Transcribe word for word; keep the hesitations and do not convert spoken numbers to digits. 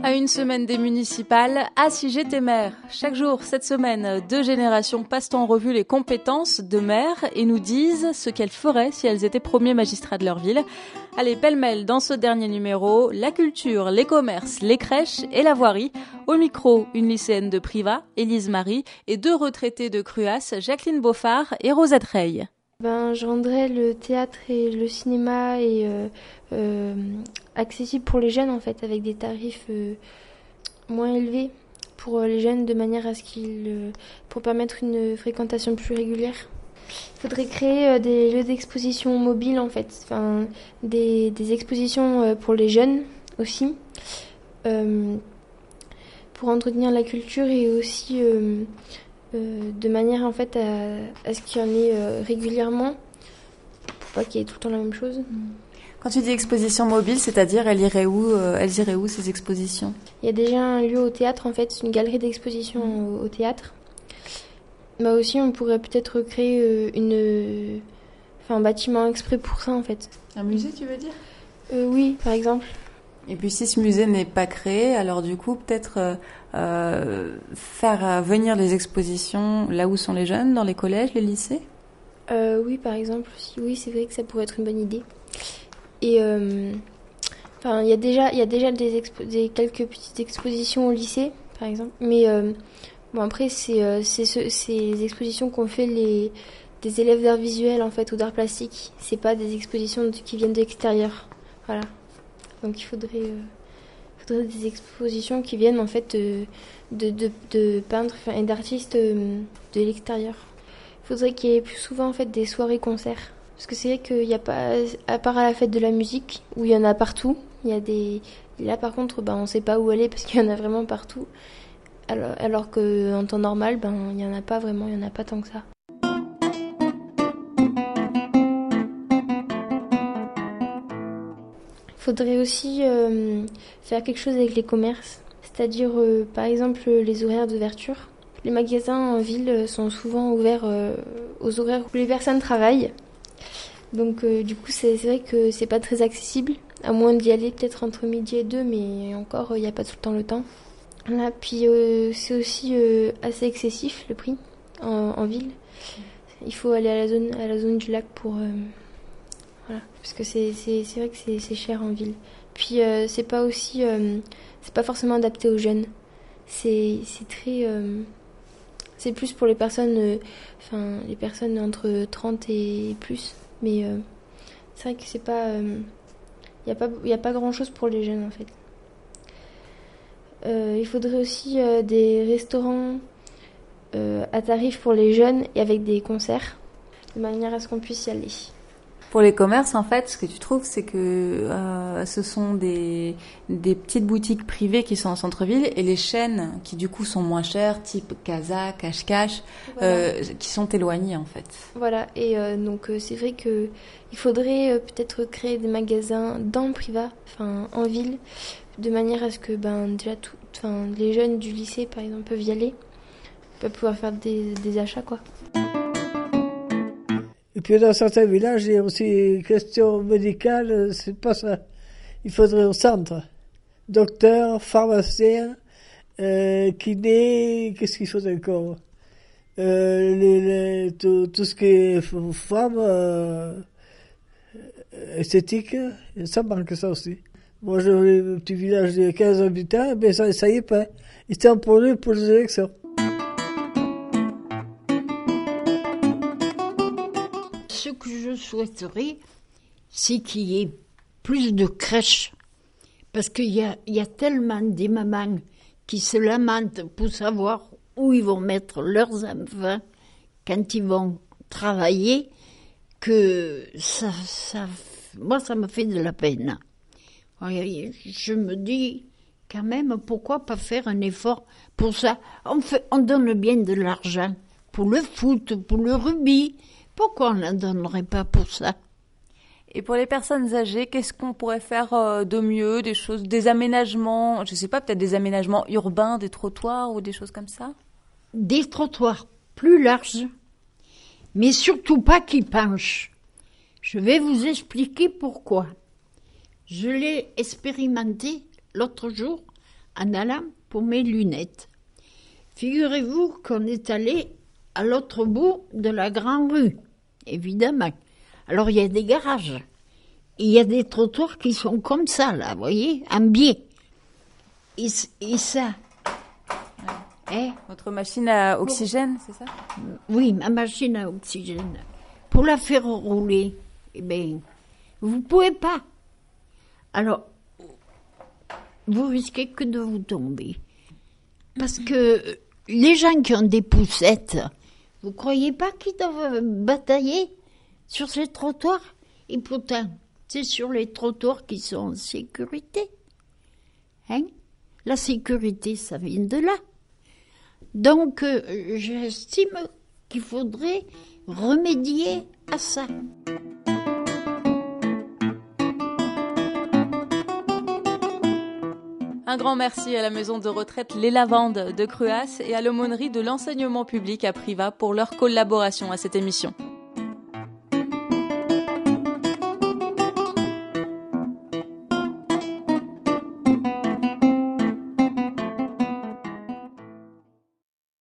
À une semaine des municipales, ah si j'étais maire. Chaque jour, cette semaine, deux générations passent en revue les compétences de maires et nous disent ce qu'elles feraient si elles étaient premiers magistrats de leur ville. Allez, pêle-mêle dans ce dernier numéro, la culture, les commerces, les crèches et la voirie. Au micro, une lycéenne de Privas, Élise Marie, et deux retraités de Cruas, Jacqueline Beaufard et Rosette Rey. Ben, je rendrais le théâtre et le cinéma et, euh, euh, accessibles pour les jeunes, en fait, avec des tarifs euh, moins élevés pour les jeunes, de manière à ce qu'ils, euh, pour permettre une fréquentation plus régulière. Il faudrait créer euh, des lieux d'exposition mobiles, en fait, enfin, des, des expositions euh, pour les jeunes aussi, euh, pour entretenir la culture et aussi euh, euh, de manière en fait à, à ce qu'il y en ait euh, régulièrement, pour pas qu'il y ait tout le temps la même chose. Quand tu dis exposition mobile, c'est-à-dire elles iraient où, euh, elles iraient où ces expositions ? Il y a déjà un lieu au théâtre, en fait, une galerie d'exposition au, au théâtre. Mais aussi, on pourrait peut-être créer euh, une, euh, enfin, un bâtiment exprès pour ça, en fait. Un musée, tu veux dire ? euh, Oui, par exemple. Et puis si ce musée n'est pas créé, alors du coup peut-être euh, euh, faire venir les expositions là où sont les jeunes, dans les collèges, les lycées ? euh, Oui, par exemple. Oui, c'est vrai que ça pourrait être une bonne idée. Et euh, enfin, il y a déjà, il y a déjà des, expo- des quelques petites expositions au lycée, par exemple. Mais euh, bon, après, c'est euh, c'est ce, c'est les expositions qu'ont fait les des élèves d'art visuel, en fait, ou d'art plastique. C'est pas des expositions de, qui viennent de l'extérieur. Voilà. Donc il faudrait, euh, faudrait des expositions qui viennent en fait de, de, de, de peintres et d'artistes euh, de l'extérieur. Il faudrait qu'il y ait plus souvent en fait des soirées-concerts. Parce que c'est vrai qu'il n'y a pas, à part à la fête de la musique, où il y en a partout, il y a des... Là par contre, ben, on ne sait pas où aller parce qu'il y en a vraiment partout. Alors, alors qu'en temps normal, ben, il n'y en a pas vraiment, il n'y en a pas tant que ça. Il faudrait aussi euh, faire quelque chose avec les commerces, c'est-à-dire euh, par exemple les horaires d'ouverture. Les magasins en ville sont souvent ouverts euh, aux horaires où les personnes travaillent. Donc euh, du coup c'est, c'est vrai que c'est pas très accessible, à moins d'y aller peut-être entre midi et deux, mais encore il n'y a pas tout le temps le temps. Là, puis euh, c'est aussi euh, assez excessif le prix en, en ville. Il faut aller à la zone, à la zone du lac pour... Euh, Voilà, parce que c'est, c'est, c'est vrai que c'est, c'est cher en ville. Puis euh, c'est pas aussi, euh, c'est pas forcément adapté aux jeunes. C'est, c'est très, euh, c'est plus pour les personnes, enfin euh, les personnes entre trente et plus. Mais euh, c'est vrai que c'est pas, il euh, y a pas, il y a pas grand chose pour les jeunes en fait. Euh, il faudrait aussi euh, des restaurants euh, à tarif pour les jeunes et avec des concerts, de manière à ce qu'on puisse y aller. Pour les commerces, en fait, ce que tu trouves, c'est que euh, ce sont des, des petites boutiques privées qui sont en centre-ville et les chaînes qui, du coup, sont moins chères, type Casa, Cache-Cache, voilà. euh, qui sont éloignées, en fait. Voilà, et euh, donc euh, c'est vrai qu'il faudrait euh, peut-être créer des magasins dans le privat, enfin en ville, de manière à ce que ben, déjà tout, les jeunes du lycée, par exemple, peuvent y aller, peuvent pouvoir faire des, des achats, quoi. Et puis dans certains villages, il y a aussi une question médicale, c'est pas ça. Il faudrait au centre. Docteur, pharmacien, euh, kiné, qu'est-ce qu'il faudrait encore euh, les, les, tout, tout ce qui est femme, euh, esthétique, ça manque ça aussi. Moi, j'ai un petit village de quinze habitants, mais ça, ça y est pas. Ils étaient empourrés pour les élections. Ce que je souhaiterais, c'est qu'il y ait plus de crèches. Parce qu'il y a, il y a tellement des mamans qui se lamentent pour savoir où ils vont mettre leurs enfants quand ils vont travailler, que ça, ça, moi, ça me fait de la peine. Je me dis, quand même, pourquoi pas faire un effort pour ça ? On, fait, on donne bien de l'argent pour le foot, pour le rugby. Pourquoi on n'en donnerait pas pour ça ? Et pour les personnes âgées, qu'est-ce qu'on pourrait faire de mieux, des choses, des aménagements, je sais pas, peut-être des aménagements urbains, des trottoirs ou des choses comme ça ? Des trottoirs plus larges, mais surtout pas qui penchent. Je vais vous expliquer pourquoi. Je l'ai expérimenté l'autre jour en allant pour mes lunettes. Figurez-vous qu'on est allé à l'autre bout de la grande rue, évidemment. Alors, il y a des garages. Il y a des trottoirs qui sont comme ça, là, vous voyez, en biais. Et, et ça... Eh, votre machine à oxygène, c'est ça? Oui, ma machine à oxygène. Pour la faire rouler, eh bien, vous pouvez pas. Alors, vous risquez que de vous tomber. Parce que les gens qui ont des poussettes, vous croyez pas qu'ils doivent batailler sur ces trottoirs? Et pourtant, c'est sur les trottoirs qui sont en sécurité. Hein? La sécurité, ça vient de là. Donc, euh, j'estime qu'il faudrait remédier à ça. Un grand merci à la maison de retraite Les Lavandes de Cruas et à l'aumônerie de l'enseignement public à Privas pour leur collaboration à cette émission.